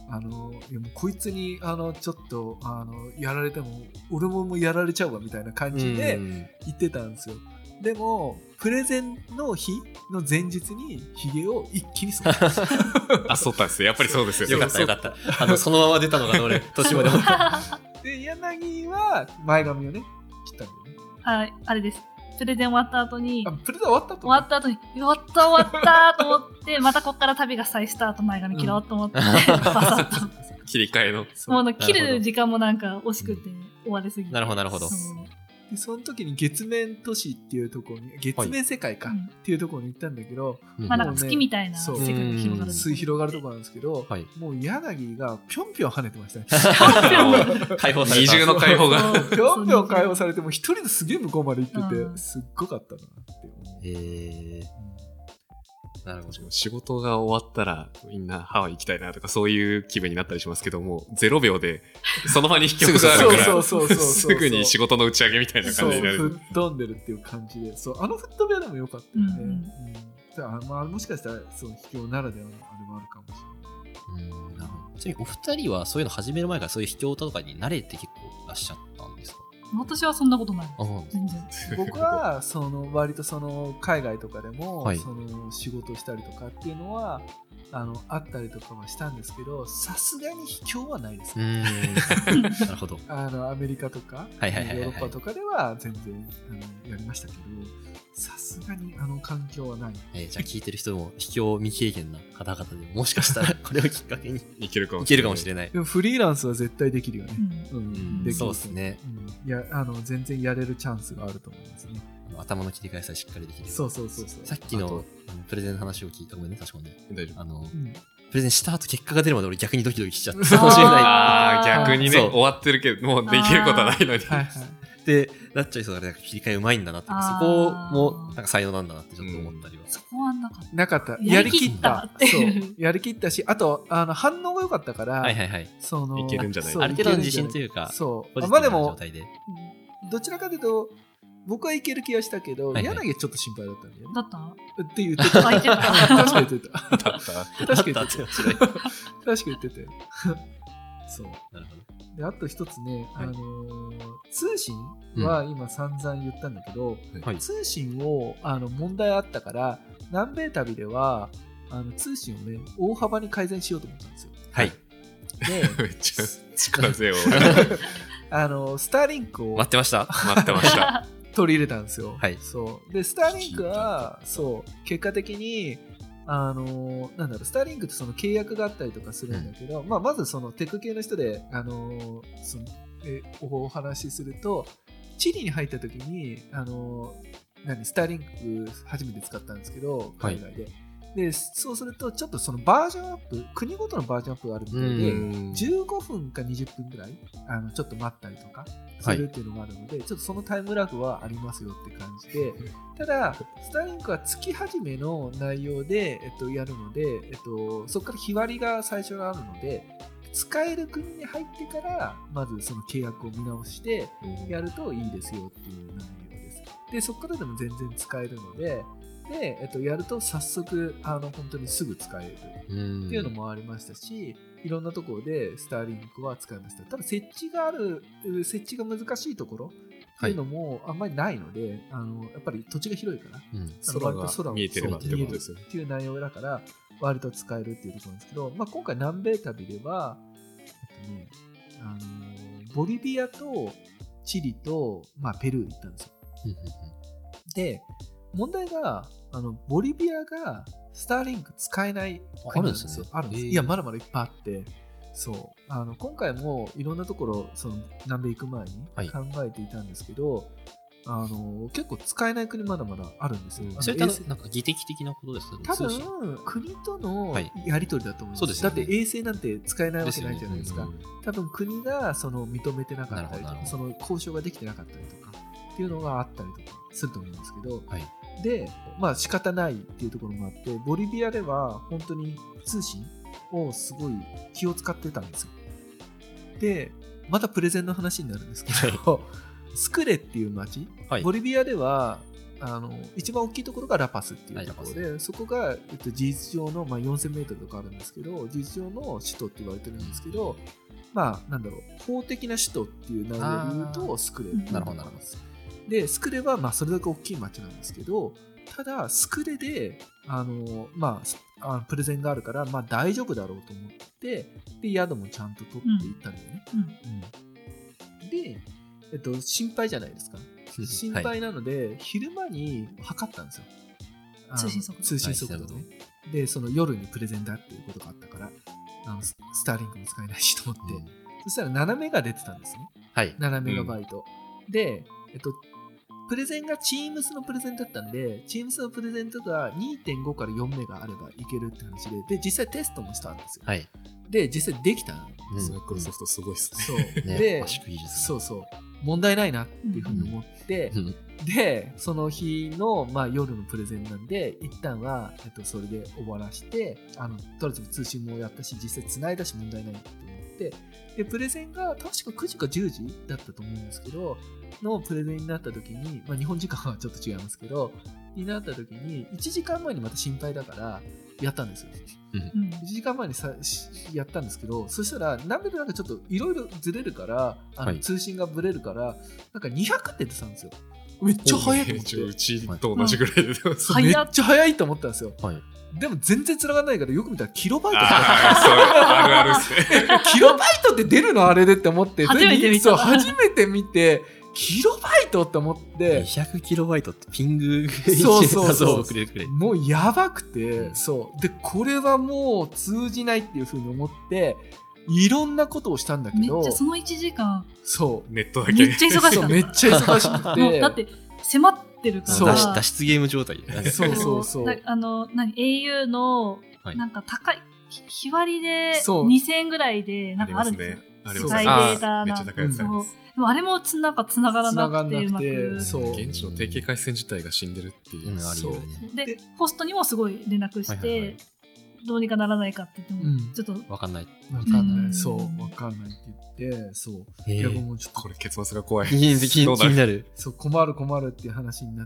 D: あのいやもうこいつにあのちょっとあのやられても俺ももうやられちゃうわみたいな感じで言ってたんですよ。でもプレゼンの日の前日にヒゲを一気に剃ったんですよ。
B: あ、剃ったんですよ。やっぱりそうですよね。
A: よかったよかった。あのそのまま出たのが俺年まで思った。
D: で柳は前髪をね切ったんだよね。
C: はい、あれです。プレゼン終わった後に、
D: あ、プレゼン終わった後
C: 終わった後に、やった終わったと思って、またこっから旅が再スタート、前髪切ろうと思って、うん、バサッと。
B: 切り替えの。
C: もう切る時間もなんか惜しくて終わりすぎて。
A: なるほど、なるほど。
D: でその時に月面都市っていうところに月面世界かっていうところに行ったんだけど、
C: うん、まあなんか月みたいな世界が広がる
D: 水広がるところなんですけど、はい、もう柳がぴょんぴょん跳ねてましたね。
A: 解放され
B: た。二重の解放が
D: ぴょんぴょん解放されても一人ですげえ向こうまで行ってて、うん、すっごかったなって思う。
A: へー、
B: なるほど。仕事が終わったらみんなハワイ行きたいなとかそういう気分になったりしますけども、ゼロびょうでその場に引きがあるからすぐに仕事の打ち上げみたいな感じになる。
D: 吹っ飛んでるっていう感じで、そうあの吹っ飛びはでも良かったよね。うんうんうん、まあ、もしかしたらその秘境ならではのあれもあるかもしれない。
A: うん、なるほど。ちなみにお二人はそういうの始める前からそういう秘境とかに慣れて結構いらっしゃったんですか？
C: 私はそんなことない。全然。
D: 僕はその割とその海外とかでも、はい、その仕事したりとかっていうのはあのあったりとかはしたんですけど、さすがに秘境はないですね。
A: なるほど。
D: あのアメリカとかヨーロッパとかでは全然あのやりましたけど、さすがにあの環境はない。
A: えー、じゃあ聞いてる人も秘境未経験な方々でもしかしたらこれをきっかけに
B: いけるか
A: もしれない。
D: でもフリーランスは絶対できるよね。
A: うんうん、でそうですね。
D: うん、いやあの全然やれるチャンスがあると思いますね。
A: 頭の切り替えさえしっかりできる。
D: そうそうそうそう。
A: さっきのプレゼンの話を聞いたごめんね、確かにね。
B: 大丈夫。
A: あの、
D: うん、
A: プレゼンした後結果が出るまで俺逆にドキドキしちゃった
B: かもしれない。ああ、逆にね、終わってるけどもうできることはないのに。
D: はいはい。
A: でなっちゃいそうだから切り替えうまいんだなって、そこもなんか才能なんだなってちょっと思ったりは、うん、
C: そこはなかった
D: なかったやりきったそうやりきったし、あとあの反応が良かったから、
A: はいはいはい、
D: その
B: いけるんじゃない、
A: ある程度の自信というか、
D: そうまあでもどちらかというと僕はいける気がしたけど、はいはい、柳はちょっと心配だったんだよね。
C: だった
D: って言ってた。
C: あ、言ってた。
D: 確か言ってた。
B: だった。
D: 確か言ってた。確か言ってたよ。そう。
A: なるほど。
D: で、あと一つね、はい、あのー、通信は今散々言ったんだけど、うん、通信をあの問題あったから、南米旅ではあの通信をね、大幅に改善しようと思ったんですよ。
A: はい。
D: で、
B: めっちゃ力強い。
D: あのスターリンクを
A: 待ってました。
B: 待ってました。
D: 取り入れたんですよ。
A: はい。
D: そうでスターリンクはそう結果的にあのなんだろうスターリンクってその契約があったりとかするんだけど、うん、まあまずそのテック系の人であのそのえお話しすると、チリに入った時にあの何スターリンク初めて使ったんですけど海外で。はい、でそうするとちょっとそのバージョンアップ国ごとのバージョンアップがあるみたいで、じゅうごふんかにじゅっぷんぐらいあのちょっと待ったりとかするっていうのがあるので、はい、ちょっとそのタイムラグはありますよって感じで、ただスターリンクは月始めの内容で、えっと、やるので、えっと、そこから日割りが最初にあるので、使える国に入ってからまずその契約を見直してやるといいですよっていう内容です。でそこからでも全然使えるので、で、えっと、やると早速あの本当にすぐ使えるっていうのもありましたし、いろんなところでスターリンクは使いました。ただ設置がある設置が難しいところっていうのもあんまりないので、はい、あのやっぱり土地が広いから、
B: うん、空が空見えてればってことですよね
D: っていう内容だから割と使えるっていうところなんですけど、まあ、今回南米旅では、えっとね、あのボリビアとチリと、まあ、ペルー行ったんですよ。で問題があのボリビアがスターリンク使えない国なんですよ。あるんです、ね、いやまだまだいっぱいあって、そうあの今回もいろんなところその南米行く前に考えていたんですけど、はい、あの結構使えない国まだまだあるんですよ。
A: うん、それってなんか技的的なことですか？
D: 多分国とのやり取りだと思うんです。はい、だって衛星なんて使えないわけないじゃないですか。ですよね。うん、多分国がその認めてなかったりとか、その交渉ができてなかったりとかっていうのがあったりとかすると思うんですけど、はい、でまあ仕方ないっていうところもあって、ボリビアでは本当に通信をすごい気を使ってたんですよ。でまたプレゼンの話になるんですけど、はい、スクレっていう町、はい、ボリビアではあの一番大きいところがラパスっていうところで、はい、そこが、えっと、事実上の、まあ、よんせんメートルとかあるんですけど、事実上の首都って言われてるんですけど、まあなんだろう、法的な首都っていう名前で言うとスクレになります。でスクレはまあそれだけ大きい町なんですけど、ただスクレであの、まあ、あプレゼンがあるから、まあ、大丈夫だろうと思ってで宿もちゃんと取っていったんだよね、うんうん、で、えっと、心配じゃないですか心配なので、はい、昼間に測ったんですよ、
C: 通信速度
D: 通信速度ね、はい、でその夜にプレゼンだっていうことがあったからあのスターリンクも使えないしと思って、うん、そしたらななメガ出てたんですね、はい、ななメガバイト、うん、で、えっとプレゼンが Teams のプレゼンだったんで Teams のプレゼントが にてんご からよんメガあればいけるって話で、で実際テストもしたんですよ、はい、で実際できたんです、
B: マイクロソフトすごいっすね、
D: そうね、でそうそう問題ないなっていうふうに思って、うん、でその日の、まあ、夜のプレゼンなんで一旦は、えっと、それで終わらしてあのとりあえず通信もやったし実際繋いだし問題ないって思ってでプレゼンが確かくじかじゅうじだったと思うんですけどのプレゼンになった時に、まあ、日本時間はちょっと違いますけどになった時にいちじかんまえにまた心配だからやったんですよ、うん、いちじかんまえにさやったんですけどそしたらなんでなんかちょっといろいろずれるからあの通信がブレるから、はい、なんかにひゃくって出てたんですよ。めっちゃ早いと思って、
B: うちと同じぐらいで、
D: はい、めっちゃ早いと思ったんですよ、はい、でも全然繋がらないからよく見たらキロバイトって
B: あるあるっすね
D: キロバイトって出るのあれでって思って
C: 初めて見た
D: 初めて見てキロバイトって思って
A: にひゃくキロバイトってピング
D: そうそうそう
A: くれるくれ
D: もうやばくて、うん、そうでこれはもう通じないっていう風に思っていろんなことをしたんだけど
C: めっちゃそのいちじかん
D: そう
B: ネットだけ
C: めっちゃ忙しかった
D: めっちゃ忙しくて
C: だって迫ってるから
A: 脱, 脱出ゲーム状態
D: そうそうそう
C: あの何 エーユー のなんか高い、はい、日割りでにせんえんぐらいでなんかあるんですよ
B: あります
C: ね。
B: あ
C: データ
B: めっちゃ高いやつあります。
C: でもあれもつなんか繋がらなくてうまく
D: そう
B: 現地の提携回線自体が死んでるっていうのがあるよね。
C: でホストにもすごい連絡して、はいはいはい、どうにかならないかって言っても、うん、ちょっと
A: 分かんない
D: 分かんない、うん、そう分かんないって言ってそういやもうちょっと
B: これ結末が怖い
A: 気になる
D: そう困る困るっていう話になって、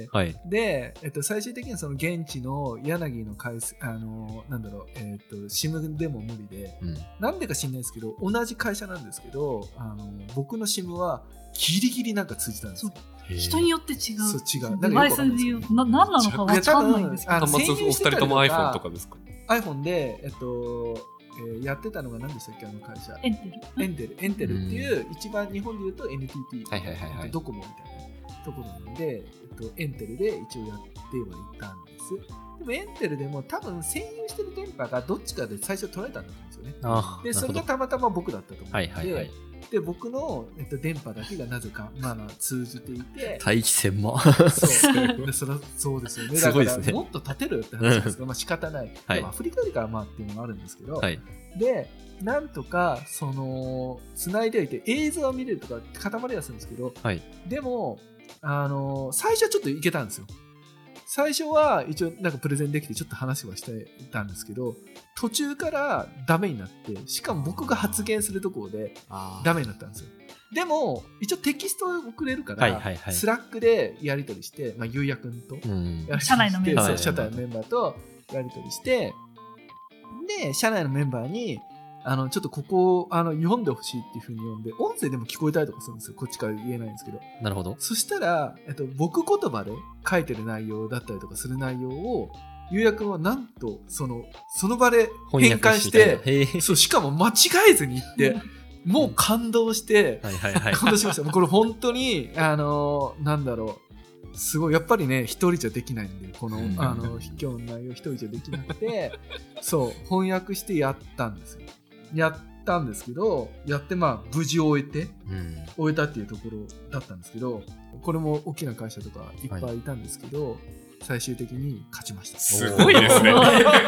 D: はい、で、えっと、最終的にはその現地の柳の回数あのなんだろうえっと SIM でも無理で、うん、なんでか知んないですけど同じ会社なんですけどあの僕の SIM はギリギリなんか通じたんですよ。
C: 人によって違う。
D: そう違う。
C: デバイスで言うな何なのか分かんないんですけど。
B: 端末お二人とも iPhone とかですか？
D: iPhone でえっと、えー、やってたのが何でしたっけあの会社？
C: エンテル。
D: エンテルエンテルっていう一番日本で言うと エヌティーティー、
A: はいはいはいはい、
D: ドコモみたいなところなんで、えっとエンテルで一応やってはいたんです。でもエンテルでも多分占有してる電波がどっちかで最初取られたんだと思うんですよね。あでそれがたまたま僕だったと思うので。はいはいはいで僕の、えっと、電波だけがなぜか、まあ、まあ通じていて
A: 大気線も
D: そうでそらそうですよね
A: だから
D: もっと立てるって話ですけど、まあ仕方ない、はい、でもアフリカよりからまあっていうのもあるんですけど、はい、でなんとかその繋いでおいて映像は見れるとか固まりはするんですけど、はい、でもあの最初はちょっといけたんですよ。最初は一応なんかプレゼンできてちょっと話はしてたんですけど途中からダメになってしかも僕が発言するところでダメになったんですよ。でも一応テキストを送れるから、はいはいはい、スラックでやり取りして、まあ、ゆうやくんと、うん、
C: 社内のメンバー
D: 社内のメンバーとやり取りしてで社内のメンバーにあのちょっとここをあの読んでほしいっていう風に読んで音声でも聞こえたりとかするんですよ。こっちから言えないんですけど。
A: なるほど。
D: そしたら、えっと、僕言葉で書いてる内容だったりとかする内容をゆうやくんはなんとそのその場で変換してそうしかも間違えずに言ってもう感動して、うん、はいはいはい、感動しました。もうこれ本当にあのなんだろうすごいやっぱりね一人じゃできないんでこの、うん、あの今日の内容一人じゃできなくてそう翻訳してやったんですよ。やったんですけどやってまあ無事終えて、うん、終えたっていうところだったんですけどこれも大きな会社とかいっぱいいたんですけど、はい、最終的に勝ちました。
B: すごいですね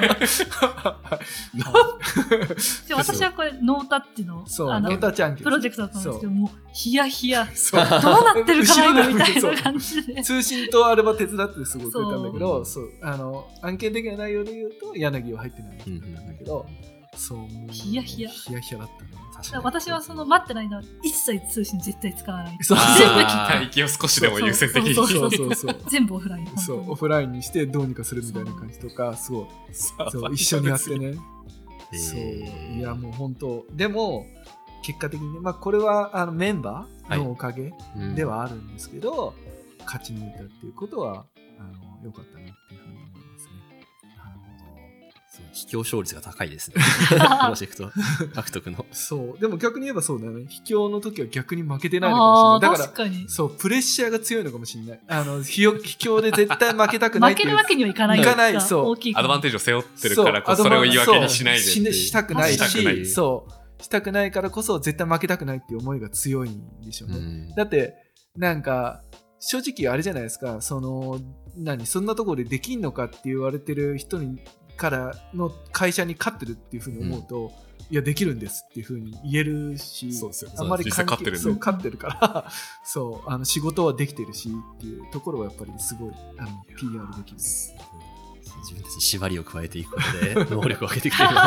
C: 私はこれノータッチの
D: そうノータッチ案件
C: プロジェクトだったんですけどもうヒヤヒヤどうなってるかなみたいな感じで
D: 通信とあれば手伝ってすごいくれたんだけどそうあの案件的な内容で言うと柳は入ってないんだけど、うんそうもう
C: ヒヤヒヤ
D: ヒヤヒヤだったね。
C: 確かに私はその待ってる間は一切通信絶対使わない。
D: そう
C: 全部
B: 帯域を少しでも優先的に。
C: そう
D: そうそう
C: 全部オフライン。
D: そうオフラインにしてどうにかするみたいな感じとか、すごいそう一緒にやってね。そういやもう本当でも結果的にね、まあこれはあのメンバーのおかげではあるんですけど、はいうん、勝ち抜いたっていうことはあの良かったなっていうふうに思いますね。
A: なるほど。秘境勝率が高いですね。プロジェクト獲得の。
D: そうでも逆に言えばそうだよね。秘境の時は逆に負けてないのかもしれない。だから
C: 確かに
D: そうプレッシャーが強いのかもしれない。あの秘境で絶対負けたくないっていう
C: 負けるわけにはいかない。
D: いかないそう
C: 大きい
B: アドバンテージを背負ってるからこそそれを言い訳にしないでって
D: ししたくないし
B: したくない
D: そうしたくないからこそ絶対負けたくないっていう思いが強いんでしょうね。うん、だってなんか正直あれじゃないですか。その何そんなところでできんのかって言われてる人にからの会社に勝ってるっていうふうに思うと、うん、いやできるんですっていうふうに言えるし、
B: そうですよ
D: あんまり
B: 実際勝ってるんで
D: そう勝ってるからそうあの仕事はできてるしっていうところはやっぱりすごいあの ピーアール できる。
A: 自分たちに縛りを加えていくことで能力を上げてきてる。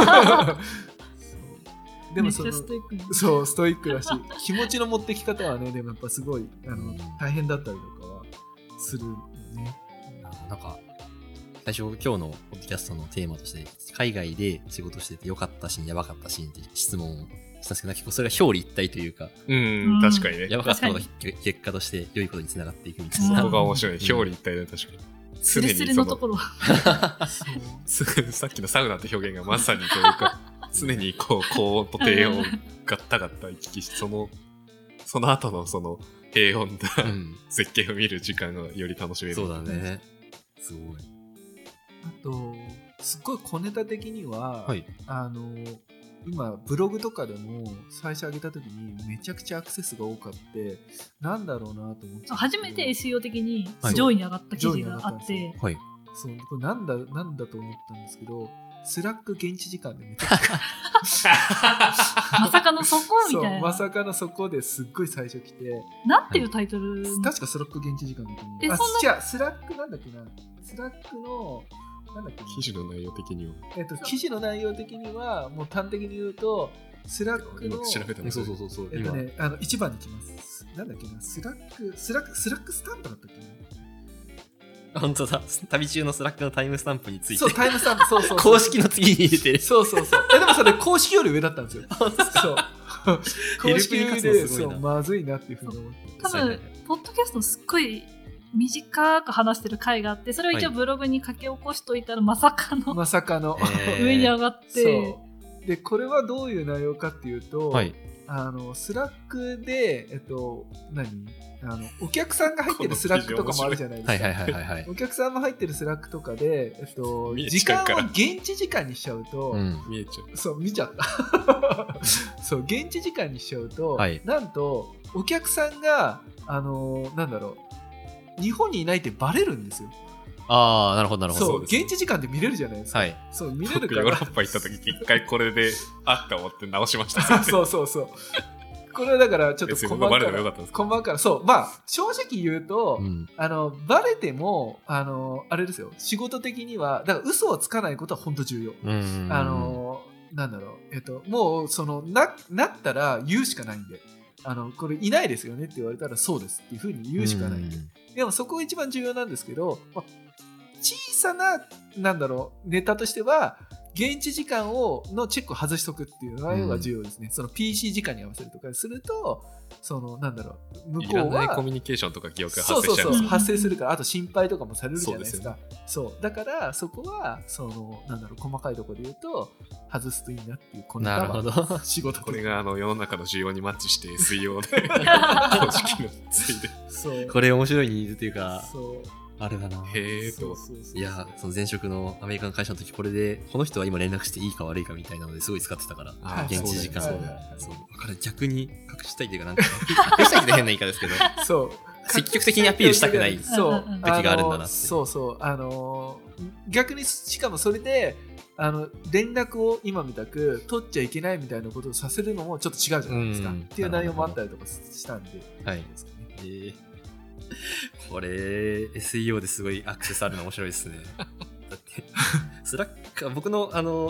D: でもその
C: ストイック
D: そうストイックだし気持ちの持ってき方はねでもやっぱすごいあの、うん、大変だったりとかはするよね。
A: なんか最初今日のポッドキャストのテーマとして海外で仕事してて良かったシーンやばかったシーンって質問をしたんですけど、結構それが表裏一体というか、
B: うん確かにね
A: やばかったのが結果として良いことにつながっていくみたいな。
B: そこが面白い、表裏一体で確かに
C: スレスレのところ
B: さっきのサウナって表現がまさにというか常にこう高温と低温ガッタガッタ行き来してそのその後のその平穏な、うん、絶景を見る時間がより楽しめる。
A: そうだねすごい。
D: あとすっごい小ネタ的には、
A: はい、
D: あの今ブログとかでも最初上げた時にめちゃくちゃアクセスが多かってなんだろうなと思って
C: 初めて エスイーオー 的に上位に上がった記事があって、
A: はい、
D: そうこれなんだなんだと思ったんですけどスラック現地時間でめちゃくちゃ
C: まさかのそこみたいな
D: まさかのそこですっごい最初来て
C: なんていうタイトル、
D: はい、確かスラック現地時間だと思う。あ違うスラックなんだっけなスラックのなんだっけ
B: 記事の内容的には、
D: えっと、記事の内容的にはもう端的に言うとスラックの
B: 調べてます
A: そうそうそうそう、
D: えっとね、あのいちばんに来ます。なんだっけなスラックスラックスラックスタンプだったっけな。
A: 本当だ旅中のスラックのタイムスタンプについて
D: そうタイムスタンプそうそうそう
A: 公式の次に入れてる
D: そうそうそうえでもそれ公式より上だったんですよそう公式よりでそうまずいなっていうふうに思って
C: 多分ポッドキャストすっごい短く話してる回があってそれを一応ブログに書き起こしといたら、はい、まさかの
D: まさかの
C: 上に上がって
D: そうでこれはどういう内容かっていうと、
A: はい、
D: あのスラックでえっと何あのお客さんが入ってるスラックとかもあるじゃないですか、
A: はいはいはいはい、
D: お客さんも入ってるスラックとかで、えっと、時間を現地時間にしちゃうと、
A: うん、
B: 見えちゃう
D: そう見ちゃったそう現地時間にしちゃうと、
A: はい、
D: なんとお客さんがあのなんだろう日本にいないってバレるんですよ。
A: ああなるほどなるほど。
D: そう現地時間で見れるじゃないですか、
A: はい、
D: そう見れるから
B: ヨーロッパ行った時一回これであって思って直しました
D: そうそうそうこれはだからちょっと細かから細からそうまあ正直言うと、うん、あのバレてもあのあれですよ仕事的にはだから嘘をつかないことは本当重要。
A: うん
D: あのなんだろうえっともうその な, なったら言うしかないんであのこれいないですよねって言われたらそうですっていうふうに言うしかないんで、うん、でもそこが一番重要なんですけど、まあ、小さななんだろうネタとしては現地時間をのチェックを外しとくっていうのが重要ですね、うん、その ピーシー 時間に合わせるとかするとそのなんだろう向こうはい
B: らないコミュニケーションとか記憶が発生しちゃうんですよ。
D: そうそうそう発生するからあと心配とかもされるじゃないですか。そうですよね。そうだからそこはそのなんだろう細かいところで言うと外すといいなっていうこの
A: なるほど
D: 仕事
B: これがあの世の中の需要にマッチして エスイーオー で公式のついで
D: そう
A: これ面白いニーズっていうか
D: そう
A: あれだな
B: へえと
A: いやその前職のアメリカの会社の時これでこの人は今連絡していいか悪いかみたいなのですごい使ってたから現地時間そうだから逆に隠したいというかなんか隠したいって変な言い方ですけど
D: そう
A: 積極的にアピールしたくない
D: そう
A: 時があるんだなって
D: そうそうあの逆にしかもそれであの連絡を今みたく取っちゃいけないみたいなことをさせるのもちょっと違うじゃないですかっていう内容もあったりとかしたんで
A: はいですかね、えーこれ エスイーオー ですごいアクセスあるの面白いですねだってスラック僕のあの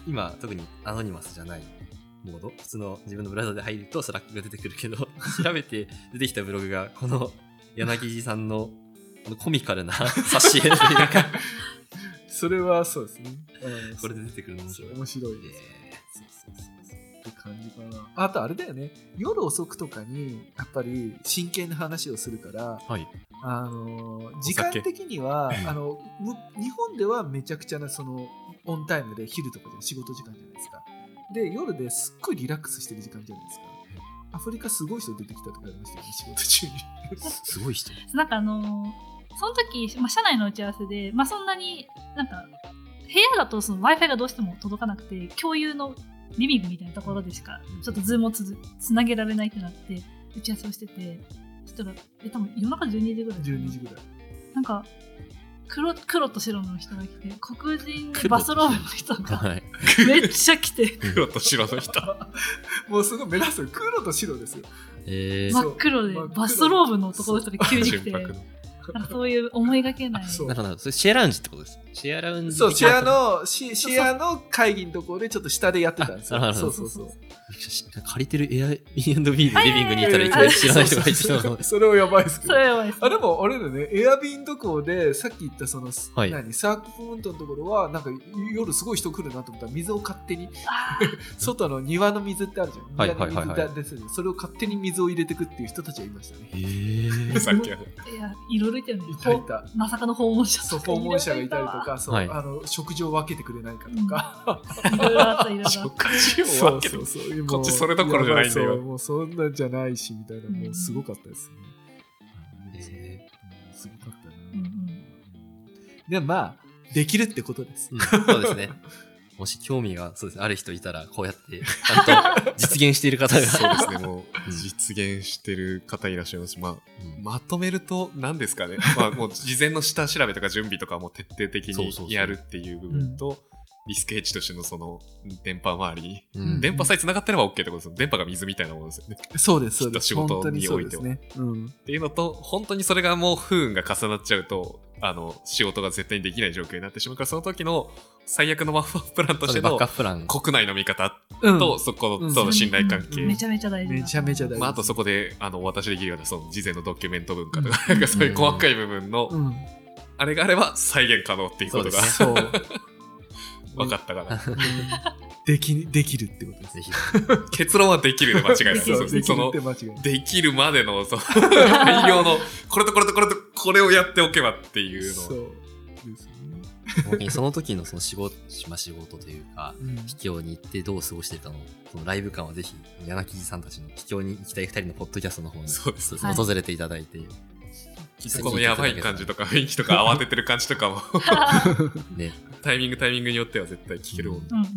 A: 今特にアノニマスじゃないモード、普通の自分のブラウザで入るとスラックが出てくるけど調べて出てきたブログがこの柳地さんのこのコミカルな挿絵なんか
D: それはそうですね、
A: うん、これで出てくるの面白い
D: 面白いです、えー、そうそうそうそうって感じかな。あとあれだよね、夜遅くとかにやっぱり真剣な話をするから、はい、あの時間的にはあの日本ではめちゃくちゃなそのオンタイムで昼とかで仕事時間じゃないですか。で夜ですっごいリラックスしてる時間じゃないですか。アフリカすごい人出てきたとかありましたよね、仕事中に
A: すごい人
C: なんかあのー、その時、まあ、社内の打ち合わせで、まあ、そんなになんか部屋だとその Wi-Fi がどうしても届かなくて共有のリビングみたいなところでしかちょっとズームをつつなげられないってなって打ち合わせをしてて、そしたらえ多分夜中じゅうにじぐらい
D: じゅうにじぐらいなん
C: か黒, 黒と白の人が来て、黒人でバスローブの人がめっちゃ来て
B: 黒と白の人
D: もうすごい目立つ黒と白ですよ、
C: えー、真っ黒でバスローブの男の人が急に来てそういう思いがけない。
A: なるほど、それシェアラウンジってことです。シェアラウンジ。
D: そう、シェアのシェアの会議のところでちょっと下でやってたんですよ。そうそうそう。
A: 借りてる Airbnb でリビングにいたらいきなり知らない人が入ってきたの。
D: それはやばいですけど。
C: それはやばいです。
D: あでもあれだね、エアビーのところでさっき言ったその、はい、何サークフントのところはなんか夜すごい人来るなと思ったら水を勝手に外の庭の水ってあるじゃん。庭の水ですね。それを勝手に水を入れてくっていう人たちがいましたね。
A: へえ。
B: さっきは。
C: いやいろいろいたよね。
D: いたいた。
C: まさかの訪問者
D: とか訪問者がいたりとか、そう、はい、あの食事を分けてくれないかとか、
C: いろいろあったいろいろ。
B: 食事を分けて、そうそうそう、こっちそれどころじゃないんだよ。
D: もうそんなんじゃないしみたいな、もうすごかったですね。うん、えー、すごかったな。うんうん、でもまあできるってことです。
A: うん、そうですね。もし興味がそうです、ね、ある人いたらこうやってちゃんと実現している方が
B: そうですね、もう実現してる方いらっしゃいますし、まあうん、まとめると何ですかね、まあ、もう事前の下調べとか準備とかも徹底的にやるっていう部分と、リスケージとしてのその電波周りに、うん、電波さえ繋がってれば OK ってことですよ。電波が水みたいなものですよね。
D: そうですそうです。
B: 仕事においては、ね、うん、っていうのと、本当にそれがもう不運が重なっちゃうと、あの仕事が絶対にできない状況になってしまうから、その時の最悪のバッファープランとしての国内の見方と、うん、そこの、うん、その信頼関係、
C: うん、めちゃめちゃ大事。
D: めちゃめちゃ大事。
B: まあ、あとそこであのお渡しできるようなその事前のドキュメント文化とか、うん、なんかそういう細かい部分の、うん、あれがあれば再現可能っていうことがそう分かったかな。
D: できできるってことです。
B: 結論はできるで間違いない。
D: そうできるって間違いない。
B: できるまでのその大量のこれとこれとこれとこれをやっておけばっていうの。
D: そうです
A: ね。その時のその仕事、まあ、仕事というか、うん、秘境に行ってどう過ごしているかのそのライブ感はぜひ柳地さんたちの秘境に行きたいふたりのポッドキャストの方にそうです、はい、訪れていただいて。
B: このやばい感じとか雰囲気とか慌ててる感じとかも、ね、タイミングタイミングによっては絶対聞けるもん、うんうん、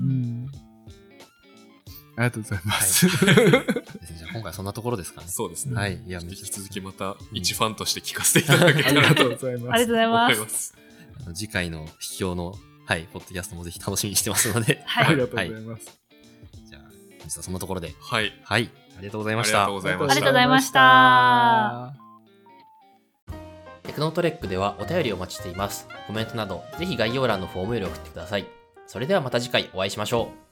D: ありがとうございます、
A: はい、じゃあ今回そんなところですかね。
B: そうですね、
A: はい、いや
B: 引き続きまた一ファンとして聞かせていただけたら、
D: ありがとうございます。
C: ありがとうございます。
A: 次回の秘境の、はい、ポッドキャストもぜひ楽しみにしてますので、
D: はい、ありがとうございます、
A: はい、じゃあ実はそんなところで、
B: はい、
A: はい、ありがとうございました。
B: ありがとうございました。
C: ありがとうございました。
A: テクノトレックではお便りをお待ちしています。コメントなどぜひ概要欄のフォームより送ってください。それではまた次回お会いしましょう。